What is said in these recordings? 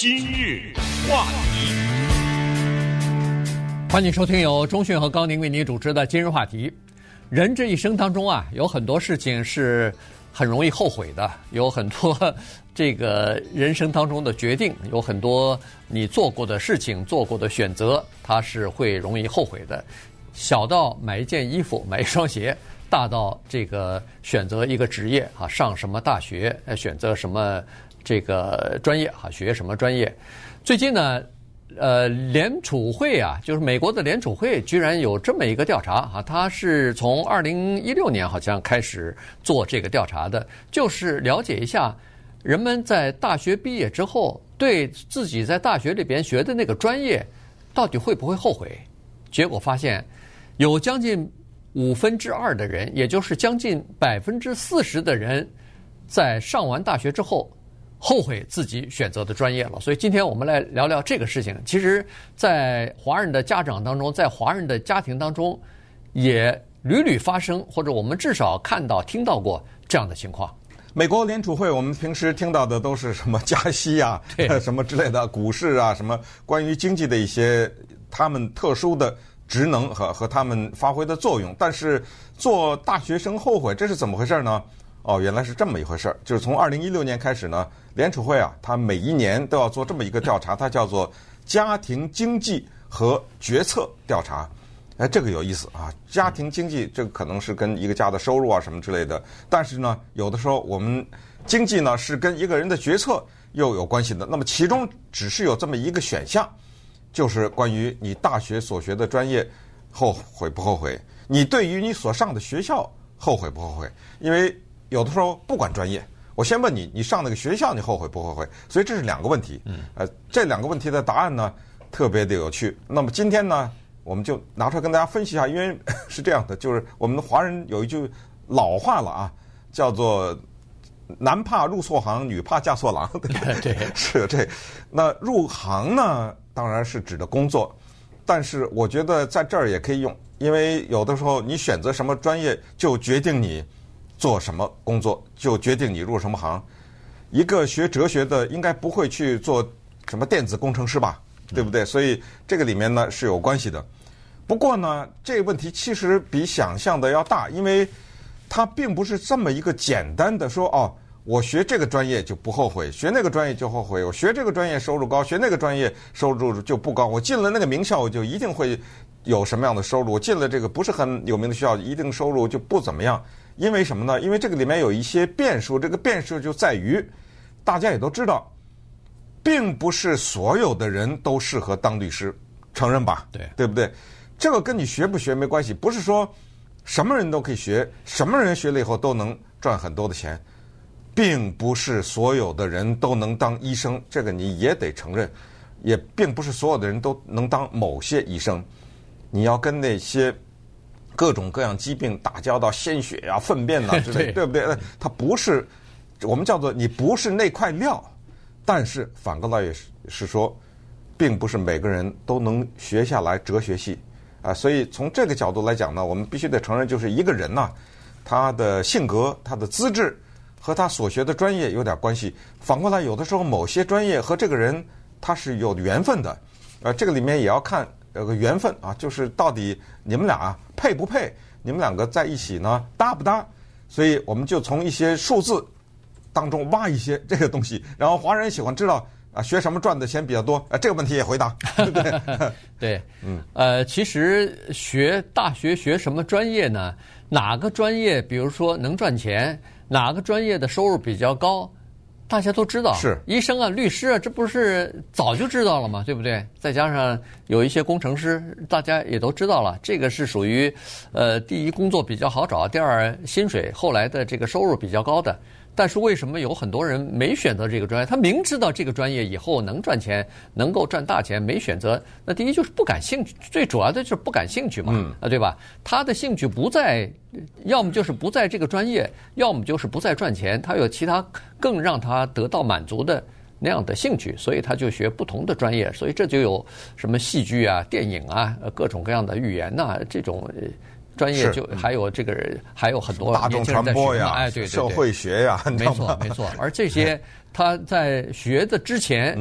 今日话题， 欢迎收听由钟迅和高宁为您主持的今日话题。人这一生当中啊，有很多事情是很容易后悔的，有很多这个人生当中的决定，有很多你做过的事情、做过的选择，它是会容易后悔的。小到买一件衣服、买一双鞋，大到这个选择一个职业啊，上什么大学，选择什么这个专业啊，学什么专业。最近呢，联储会啊，就是美国的联储会，居然有这么一个调查啊，它是从2016年好像开始做这个调查的，就是了解一下人们在大学毕业之后，对自己在大学里边学的那个专业，到底会不会后悔？结果发现，有将近2/5的人，也就是将近40%的人，在上完大学之后，后悔自己选择的专业了。所以今天我们来聊聊这个事情。其实，在华人的家长当中，在华人的家庭当中，也屡屡发生，或者我们至少看到、听到过这样的情况。 美国联储会，我们平时听到的都是什么加息啊，什么之类的，股市啊，什么关于经济的一些他们特殊的职能和他们发挥的作用。但是做大学生后悔，这是怎么回事呢？哦，原来是这么一回事。就是从2016年开始呢，联储会啊，它每一年都要做这么一个调查，它叫做家庭经济和决策调查。哎，这个有意思啊！家庭经济这个可能是跟一个家的收入啊什么之类的，但是呢，有的时候我们经济呢是跟一个人的决策又有关系的。那么其中只是有这么一个选项，就是关于你大学所学的专业后悔不后悔，你对于你所上的学校后悔不后悔？因为有的时候不管专业，我先问你，你上那个学校你后悔不后悔？所以这是两个问题。这两个问题的答案呢特别的有趣。那么今天呢，我们就拿出来跟大家分析一下，因为是这样的，就是我们的华人有一句老话了啊，叫做男怕入错行，女怕嫁错郎。 对， 是有这。那入行呢，当然是指的工作，但是我觉得在这儿也可以用，因为有的时候你选择什么专业，就决定你做什么工作，就决定你入什么行。一个学哲学的应该不会去做什么电子工程师吧？对不对？所以这个里面呢是有关系的。不过呢，这个问题其实比想象的要大，因为它并不是这么一个简单的说哦，我学这个专业就不后悔，学那个专业就后悔，我学这个专业收入高，学那个专业收入就不高，我进了那个名校我就一定会有什么样的收入，我进了这个不是很有名的学校一定收入就不怎么样。因为什么呢？因为这个里面有一些变数，这个变数就在于大家也都知道，并不是所有的人都适合当律师，承认吧？对不对？这个跟你学不学没关系，不是说什么人都可以学，什么人学了以后都能赚很多的钱，并不是所有的人都能当医生，这个你也得承认，也并不是所有的人都能当某些医生。你要跟那些各种各样疾病打交道，鲜血啊、粪便啊之类，对不对？它不是我们叫做你不是那块料。但是反过来也是说，并不是每个人都能学下来哲学系啊，所以从这个角度来讲呢，我们必须得承认，就是一个人呐，他的性格、他的资质和他所学的专业有点关系。反过来，有的时候某些专业和这个人他是有缘分的，这个里面也要看有个缘分啊，就是到底你们俩配不配，你们两个在一起呢搭不搭？所以我们就从一些数字当中挖一些这个东西，然后华人喜欢知道啊，学什么赚的钱比较多？这个问题也回答，对不对？ 对，其实大学学什么专业呢？哪个专业，比如说能赚钱，哪个专业的收入比较高，大家都知道。 是医生啊、律师啊，这不是早就知道了吗？对不对？再加上有一些工程师，大家也都知道了，这个是属于第一工作比较好找，第二薪水后来的这个收入比较高的。但是为什么有很多人没选择这个专业？他明知道这个专业以后能赚钱，能够赚大钱，没选择。那第一就是不感兴趣，最主要的就是不感兴趣嘛，对吧？他的兴趣不在，要么就是不在这个专业，要么就是不在赚钱。他有其他更让他得到满足的那样的兴趣，所以他就学不同的专业。所以这就有什么戏剧啊、电影啊、各种各样的语言呐、这种。专业就还有这个，还有很多大众传播呀， 对， 社会学呀， 没错。而这些他在学的之前，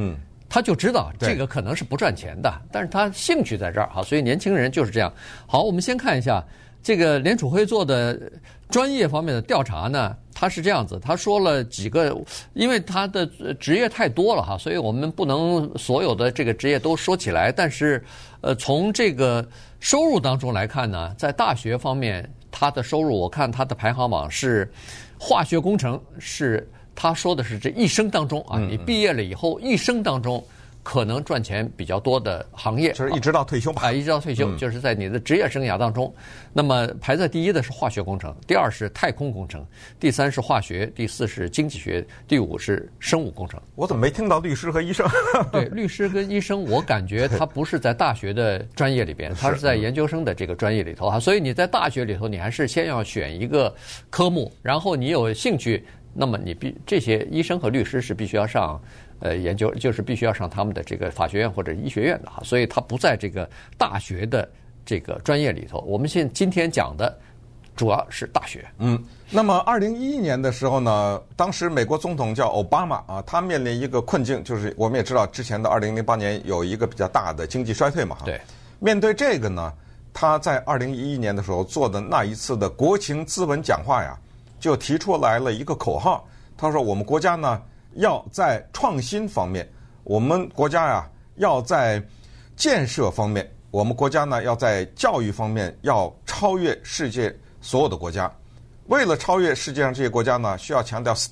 他就知道这个可能是不赚钱的，但是他兴趣在这儿哈，所以年轻人就是这样。好，我们先看一下这个联储会做的专业方面的调查呢，他是这样子，他说了几个，因为他的职业太多了哈，所以我们不能所有的这个职业都说起来，但是从这个收入当中来看呢，在大学方面他的收入，我看他的排行榜是化学工程是。他说的是这一生当中啊，你毕业了以后一生当中可能赚钱比较多的行业， 就是一直到退休吧。 一直到退休，就是在你的职业生涯当中。那么排在第一的是化学工程，第二是太空工程，第三是化学，第四是经济学，第五是生物工程。 我怎么没听到律师和医生？ 对，律师跟医生，我感觉他不是在大学的专业里边，他是在研究生的这个专业里头啊。所以你在大学里头，你还是先要选一个科目，然后你有兴趣。那么这些医生和律师是必须要上研究，就是必须要上他们的这个法学院或者医学院的哈，所以他不在这个大学的这个专业里头。我们今天讲的主要是大学。 那么2011年的时候呢，当时美国总统叫奥巴马啊，他面临一个困境，就是我们也知道之前的2008年有一个比较大的经济衰退嘛。 对。 面对这个呢，他在2011年的时候做的那一次的国情咨文讲话呀。就提出来了一个口号，他说我们国家呢要在创新方面，我们国家呀要在建设方面，我们国家呢要在教育方面要超越世界所有的国家。为了超越世界上这些国家呢，需要强调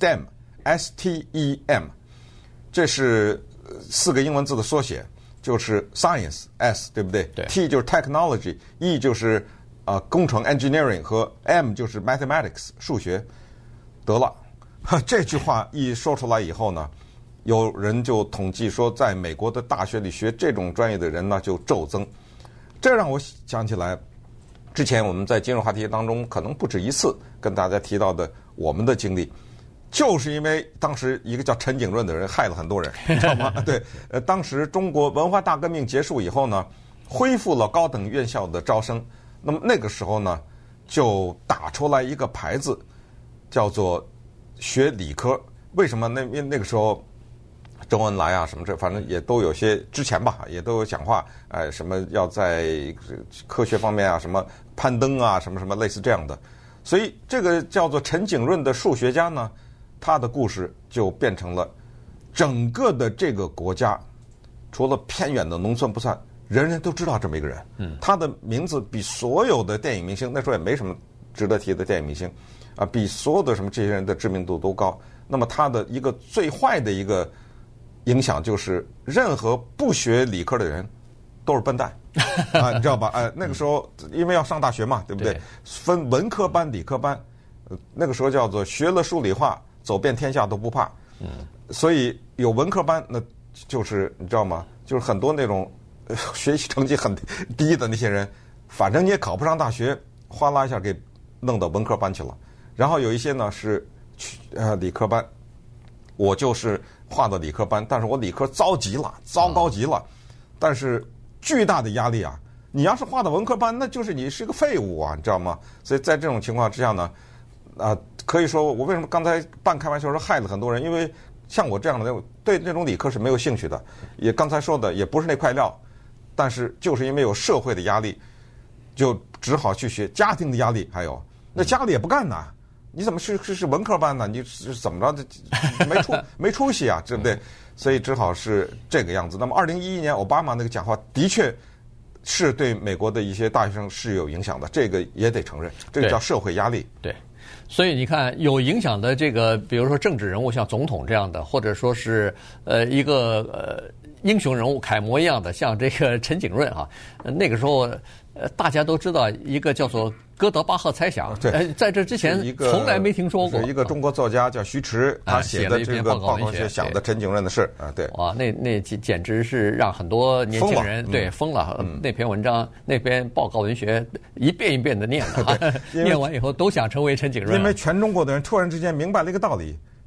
STEM， 这是4个英文字的缩写，就是 Science S 对不对？ 对。 T 就是 Technology，E 就是工程 engineering 和 M 就是 mathematics 数学。得了，这句话一说出来以后呢，有人就统计说，在美国的大学里学这种专业的人呢就骤增。这让我想起来，之前我们在金融话题当中可能不止一次跟大家提到的我们的经历，就是因为当时一个叫陈景润的人害了很多人，知道吗？对，当时中国文化大革命结束以后呢，恢复了高等院校的招生。那么那个时候呢，就打出来一个牌子，叫做学理科。为什么？那个时候，周恩来啊什么这，反正也都有些之前吧，也都有讲话，什么要在科学方面啊，什么攀登啊，什么什么类似这样的。所以这个叫做陈景润的数学家呢，他的故事就变成了整个的这个国家，除了偏远的农村不算。人人都知道这么一个人，他的名字比所有的电影明星，那时候也没什么值得提的电影明星，比所有的什么这些人的知名度都高。那么他的一个最坏的一个影响就是，任何不学理科的人都是笨蛋啊，你知道吧？那个时候因为要上大学嘛，对不对？分文科班、理科班，那个时候叫做学了数理化，走遍天下都不怕。所以有文科班，那就是你知道吗？就是很多那种。学习成绩很低的那些人，反正你也考不上大学，哗啦一下给弄到文科班去了。然后有一些呢是理科班，我就是画的理科班，但是我理科糟极了，糟糕极了，但是巨大的压力啊！你要是画的文科班，那就是你是个废物啊，你知道吗？所以在这种情况之下呢，可以说我为什么刚才半开玩笑说害了很多人，因为像我这样的对那种理科是没有兴趣的，也刚才说的也不是那块料。但是就是因为有社会的压力，就只好去学，家庭的压力还有，那家里也不干呐，你怎么是文科班呢？你是怎么着没出息啊，对不对？所以只好是这个样子。那么2011年奥巴马那个讲话的确是对美国的一些大学生是有影响的，这个也得承认，这个叫社会压力。 对。所以你看，有影响的这个，比如说政治人物，像总统这样的，或者说是一个英雄人物、楷模一样的，像这个陈景润啊，那个时候大家都知道一个叫做哥德巴赫猜想， 对， 在这之前从来没听说过。 是一个中国作家叫徐迟，他写的这个报告文学，想的陈景润的事啊，对。 哇，那简直是让很多年轻人疯了。那篇文章、那篇报告文学一遍一遍的念了，念完以后都想成为陈景润。 因为全中国的人突然之间明白了一个道理，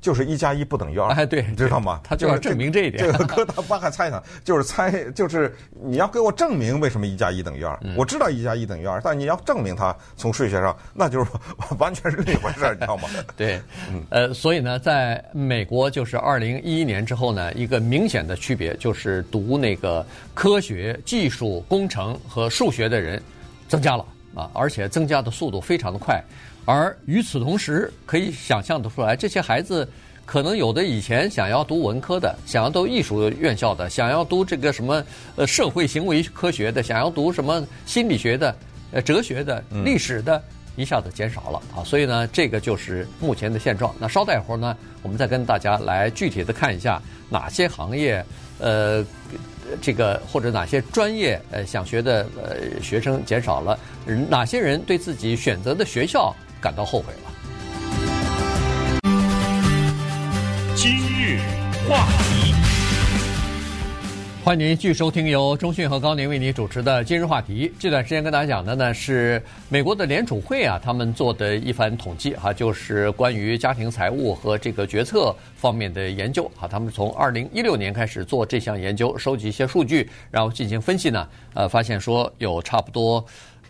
就是1+1不等于2。 哎，对， 知道吗？ 他就要证明这一点。 这个哥德巴赫猜想就是你要给我证明为什么1+1等于2。我知道1+1等于2，但你要证明它从数学上，那就是完全是另一回事，你知道吗？ 对，所以呢，在美国就是2011年之后呢，一个明显的区别就是读那个科学、技术、工程和数学的人增加了啊，而且增加的速度非常的快。而与此同时，可以想象得出来，这些孩子可能有的以前想要读文科的，想要读艺术院校的，想要读这个什么社会行为科学的，想要读什么心理学的、哲学的、历史的，一下子减少了啊。所以呢，这个就是目前的现状。那稍待会儿呢，我们再跟大家来具体的看一下哪些行业这个或者哪些专业想学的学生减少了，哪些人对自己选择的学校感到后悔了。 今日话题， 欢迎您继续收听由钟迅和高宁为您主持的今日话题。这段时间跟大家讲的呢是美国的联储会啊，他们做的一番统计啊，就是关于家庭财务和这个决策方面的研究啊。他们从2016年开始做这项研究，收集一些数据，然后进行分析呢，发现说有差不多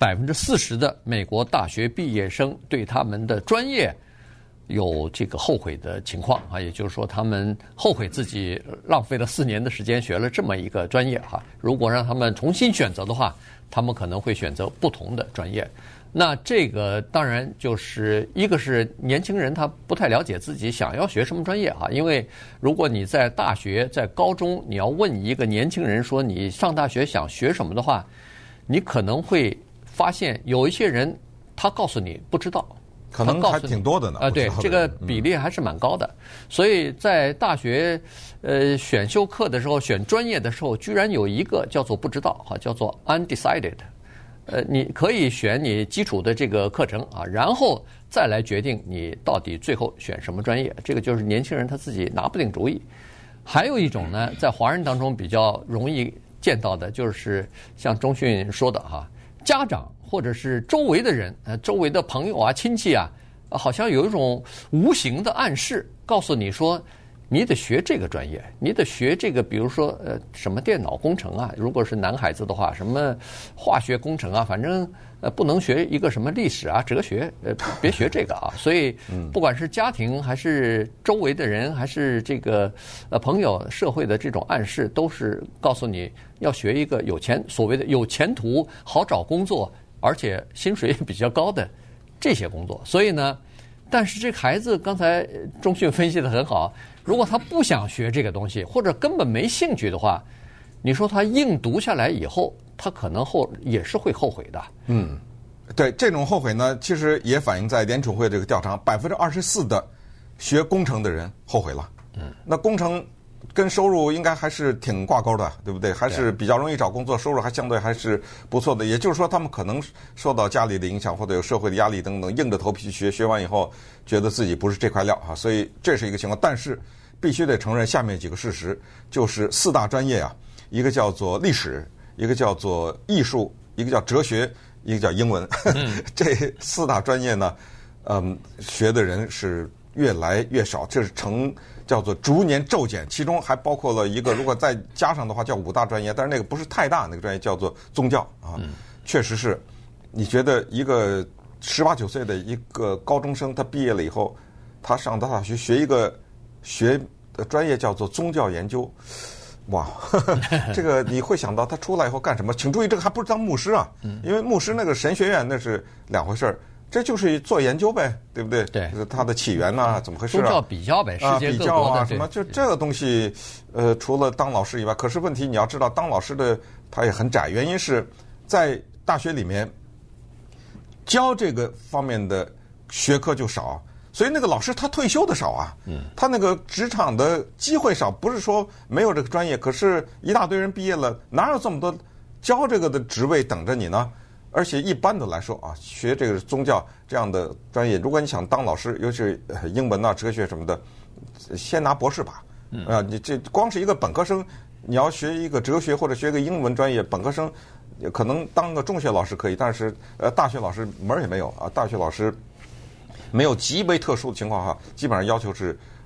40%的美国大学毕业生对他们的专业有这个后悔的情况啊，也就是说他们后悔自己浪费了4年的时间学了这么一个专业哈。如果让他们重新选择的话，他们可能会选择不同的专业。那这个当然就是一个是年轻人他不太了解自己想要学什么专业哈，因为如果你在大学在高中你要问一个年轻人说你上大学想学什么的话，你可能会发现有一些人他告诉你不知道， 可能还挺多的呢。 对，这个比例还是蛮高的。所以在大学选修课的时候，选专业的时候，居然有一个叫做不知道哈，叫做 undecided。你可以选你基础的这个课程啊，然后再来决定你到底最后选什么专业。这个就是年轻人他自己拿不定主意。还有一种呢，在华人当中比较容易见到的，就是像钟迅说的哈，家长或者是周围的人，周围的朋友啊、亲戚啊，好像有一种无形的暗示，告诉你说，你得学这个专业，你得学这个，比如说什么电脑工程啊，如果是男孩子的话，什么化学工程啊，反正不能学一个什么历史啊、哲学，别学这个啊。所以不管是家庭还是周围的人，还是这个朋友、社会的这种暗示，都是告诉你要学一个所谓的有前途、好找工作，而且薪水也比较高的这些工作。所以呢，但是这个孩子刚才钟迅分析得很好，如果他不想学这个东西，或者根本没兴趣的话，你说他硬读下来以后，他可能也是会后悔的。 对，这种后悔呢，其实也反映在联储会这个调查，24%的学工程的人后悔了。那工程跟收入应该还是挺挂钩的，对不对？还是比较容易找工作，收入还相对还是不错的。也就是说，他们可能受到家里的影响，或者有社会的压力等等，硬着头皮去学，学完以后觉得自己不是这块料啊，所以这是一个情况。但是必须得承认下面几个事实，就是4大专业啊，一个叫做历史，一个叫做艺术，一个叫哲学，一个叫英文。这4大专业呢，学的人是越来越少，这是叫做逐年骤减，其中还包括了一个，如果再加上的话叫5大专业，但是那个不是太大，那个专业叫做宗教啊。确实是，你觉得一个18、19岁的一个高中生，他毕业了以后，他上大学学一个的专业叫做宗教研究，哇，这个你会想到他出来以后干什么？请注意，这个还不是当牧师啊，因为牧师那个神学院那是两回事儿。这就是做研究呗，对不对？ 对， 就是它的起源呐，怎么回事啊？ 宗教比较呗，世界各国的什么，就这个东西，除了当老师以外，可是问题你要知道，当老师的他也很窄，原因是在大学里面教这个方面的学科就少，所以那个老师他退休的少啊，他那个职场的机会少，不是说没有这个专业，可是一大堆人毕业了，哪有这么多教这个的职位等着你呢？而且一般的来说啊，学这个宗教这样的专业，如果你想当老师，尤其是英文啊、哲学什么的，先拿博士吧。你这光是一个本科生，你要学一个哲学或者学一个英文专业，本科生可能当个中学老师可以，但是大学老师门儿也没有啊。大学老师没有极为特殊的情况下，基本上要求是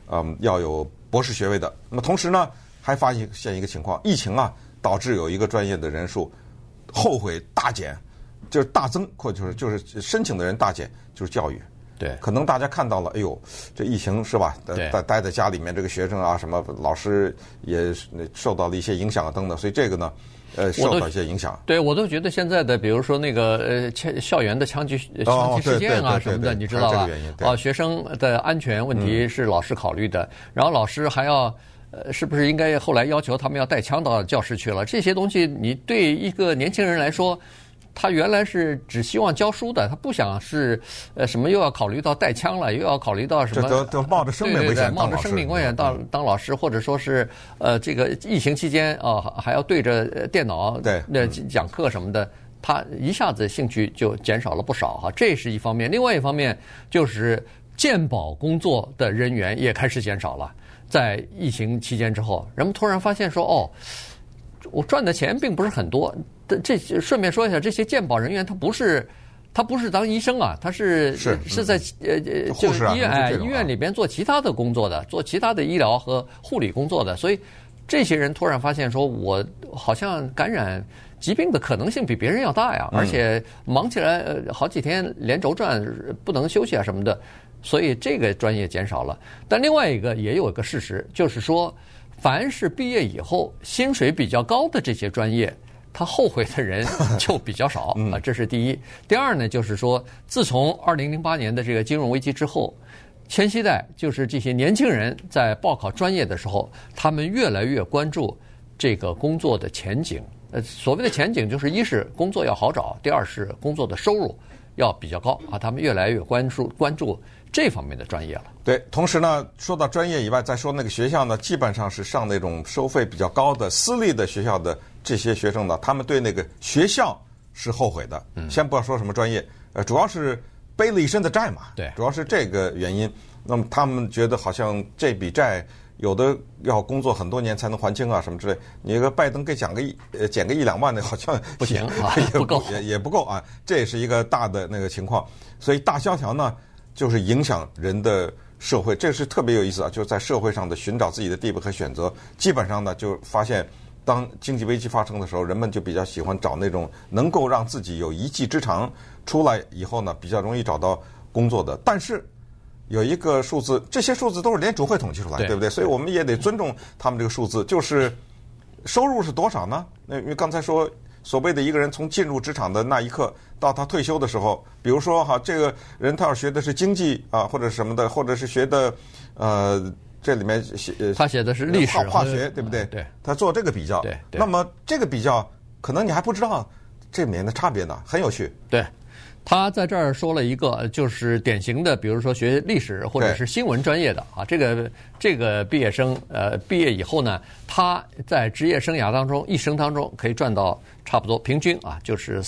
要有博士学位的。那么同时呢，还发现一个情况，疫情啊导致有一个专业的人数后悔大减，就是大增，或者就是申请的人大减，就是教育。 对， 可能大家看到了，哎呦，这疫情是吧？待在家里面，这个学生啊，什么老师也受到了一些影响啊，等等，所以这个呢，受到一些影响。 对，我都觉得现在的，比如说那个校园的枪击事件啊什么的，你知道吧？学生的安全问题是老师考虑的，然后老师还要。是不是应该后来要求他们要带枪到教室去了？这些东西，你对一个年轻人来说，他原来是只希望教书的，他不想是什么又要考虑到带枪了，又要考虑到什么？ 都冒着生命危险， 冒着生命危险当老师，或者说是这个疫情期间还要对着电脑讲课什么的，他一下子兴趣就减少了不少哈。这是一方面，另外一方面就是健保工作的人员也开始减少了。在疫情期间之后，人们突然发现说，我赚的钱并不是很多。这顺便说一下，这些健保人员他不是当医生啊，他是在就是医院里边做其他的工作的，做其他的医疗和护理工作的。所以这些人突然发现说，我好像感染疾病的可能性比别人要大呀，而且忙起来好几天连轴转，不能休息啊什么的。所以这个专业减少了，但另外一个也有一个事实，就是说，凡是毕业以后薪水比较高的这些专业，他后悔的人就比较少啊，这是第一。第二呢，就是说，自从2008年的这个金融危机之后，千禧代就是这些年轻人在报考专业的时候，他们越来越关注这个工作的前景。所谓的前景，就是一是工作要好找，第二是工作的收入要比较高啊，他们越来越关注这方面的专业了。 对，同时呢，说到专业以外，再说那个学校呢，基本上是上那种收费比较高的私立的学校的这些学生呢，他们对那个学校是后悔的。先不要说什么专业，主要是背了一身的债嘛。 对， 主要是这个原因。那么他们觉得好像这笔债有的要工作很多年才能还清啊，什么之类。你一个拜登给减个1-2万的，好像不行啊， 不够，也不够啊。这也是一个大的那个情况。所以大萧条呢，就是影响人的社会，这是特别有意思啊！就是在社会上的寻找自己的地位和选择，基本上呢，就发现当经济危机发生的时候，人们就比较喜欢找那种能够让自己有一技之长，出来以后呢，比较容易找到工作的。但是有一个数字，这些数字都是联储会统计出来，对不对？所以我们也得尊重他们这个数字，就是收入是多少呢？因为刚才说所谓的一个人从进入职场的那一刻到他退休的时候，比如说这个人他要学的是经济啊，或者什么的，或者是学的这里面他写的是历史化学，对不对？ 对， 他做这个比较。 对。 那么这个比较，可能你还不知道这里面的差别呢，很有趣。 对。他在这儿说了一个，就是典型的，比如说学历史或者是新闻专业的啊，这个毕业生毕业以后呢，他在职业生涯当中一生当中可以赚到差不多平均啊，就是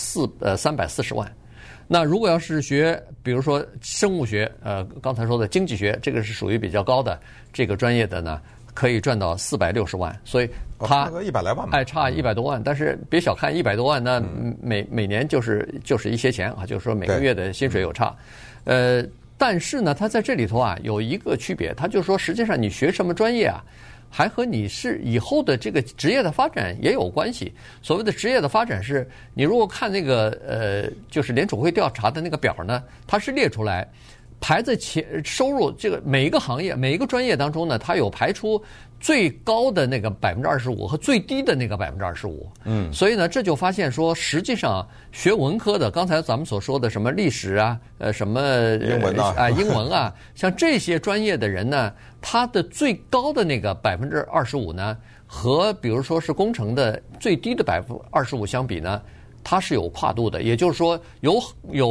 340万。那如果要是学，比如说生物学，刚才说的经济学，这个是属于比较高的这个专业的呢，可以赚到460万，所以他 100来万吧， 差100多万。但是别小看100多万，那每年就是一些钱啊，就是说每个月的薪水有差。但是呢，他在这里头啊有一个区别，他就说实际上你学什么专业啊，还和你是以后的这个职业的发展也有关系。所谓的职业的发展是，你如果看那个就是联储会调查的那个表呢，它是列出来。排在收入这个每一个行业每一个专业当中呢，它有排出最高的那个25%和最低的那个25%。所以呢，这就发现说，实际上学文科的，刚才咱们所说的什么历史啊，什么英文啊，像这些专业的人呢，他的最高的那个25%呢，和比如说是工程的最低的25%相比呢，它是有跨度的，也就是说，有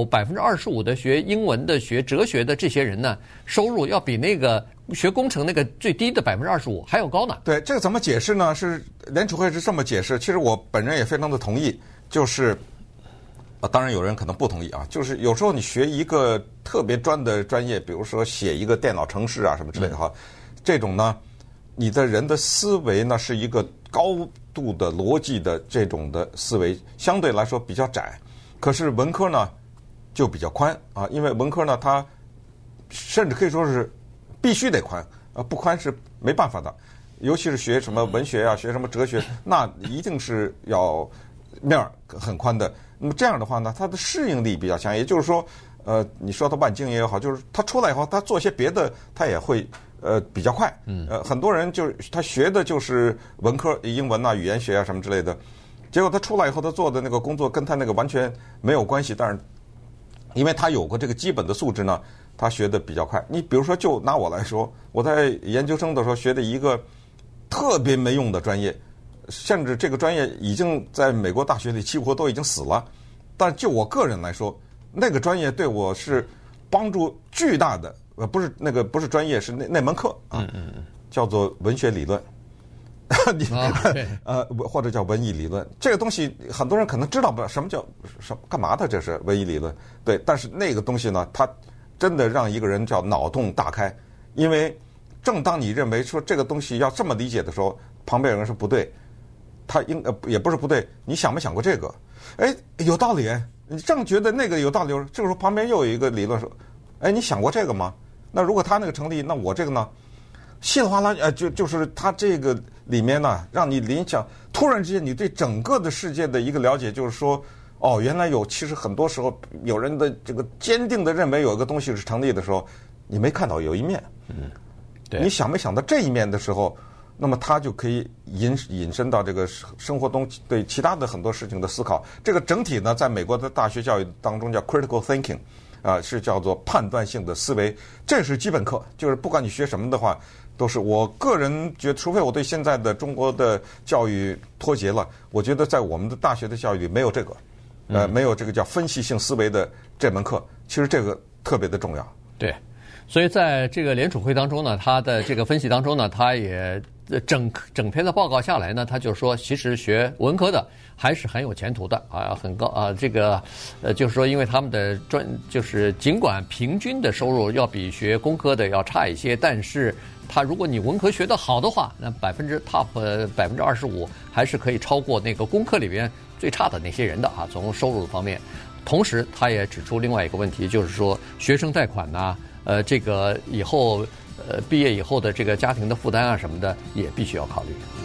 25%的学英文的、学哲学的这些人呢，收入要比那个学工程那个最低的25%还要高呢。 对，这个怎么解释呢？是联储会是这么解释，其实我本人也非常的同意，就是当然有人可能不同意啊，就是有时候你学一个特别专业，比如说写一个电脑程式啊什么之类的哈，这种呢，你的人的思维呢是一个高度的逻辑的这种的思维，相对来说比较窄。可是文科呢就比较宽啊，因为文科呢它甚至可以说是必须得宽不宽是没办法的。尤其是学什么文学啊，学什么哲学，那一定是要面儿很宽的。那么这样的话呢，他的适应力比较强，也就是说，你说他万金也好，就是他出来以后，他做些别的，他也会比较快。很多人就是他学的就是文科、英文啊、语言学啊什么之类的，结果他出来以后，他做的那个工作跟他那个完全没有关系，但是因为他有过这个基本的素质呢，他学的比较快。你比如说，就拿我来说，我在研究生的时候学的一个特别没用的专业，甚至这个专业已经在美国大学里几乎都已经死了。但就我个人来说，那个专业对我是帮助巨大的。不是专业，是那门课啊，叫做文学理论，或者叫文艺理论。这个东西很多人可能知道不？什么叫干嘛的？这是文艺理论，对。但是那个东西呢，它真的让一个人叫脑洞大开，因为正当你认为说这个东西要这么理解的时候，旁边有人说不对，他也不是不对，你想没想过这个？哎，有道理，你正觉得那个有道理，这个时候旁边又有一个理论说，哎，你想过这个吗？那如果他那个成立，那我这个呢？稀里哗啦，就是他这个里面呢，让你联想，突然之间你对整个的世界的一个了解，就是说，哦，原来其实很多时候有人的这个坚定的认为有一个东西是成立的时候，你没看到有一面。对，你想没想到这一面的时候，那么他就可以引申到这个生活中对其他的很多事情的思考。这个整体呢，在美国的大学教育当中叫 critical thinking， 是叫做判断性的思维，这是基本课。就是不管你学什么的话，都是我个人觉得，除非我对现在的中国的教育脱节了，我觉得在我们的大学的教育里没有这个，没有这个叫分析性思维的这门课。其实这个特别的重要。 对。所以在这个联储会当中呢，他的这个分析当中呢，他也整篇的报告下来呢，他就说，其实学文科的还是很有前途的啊，很高啊。这个就是说，因为他们的就是尽管平均的收入要比学工科的要差一些，但是如果你文科学得好的话，那25%还是可以超过那个工科里边最差的那些人的啊，从收入方面。同时，他也指出另外一个问题，就是说学生贷款呐。这个以后毕业以后的这个家庭的负担啊什么的也必须要考虑。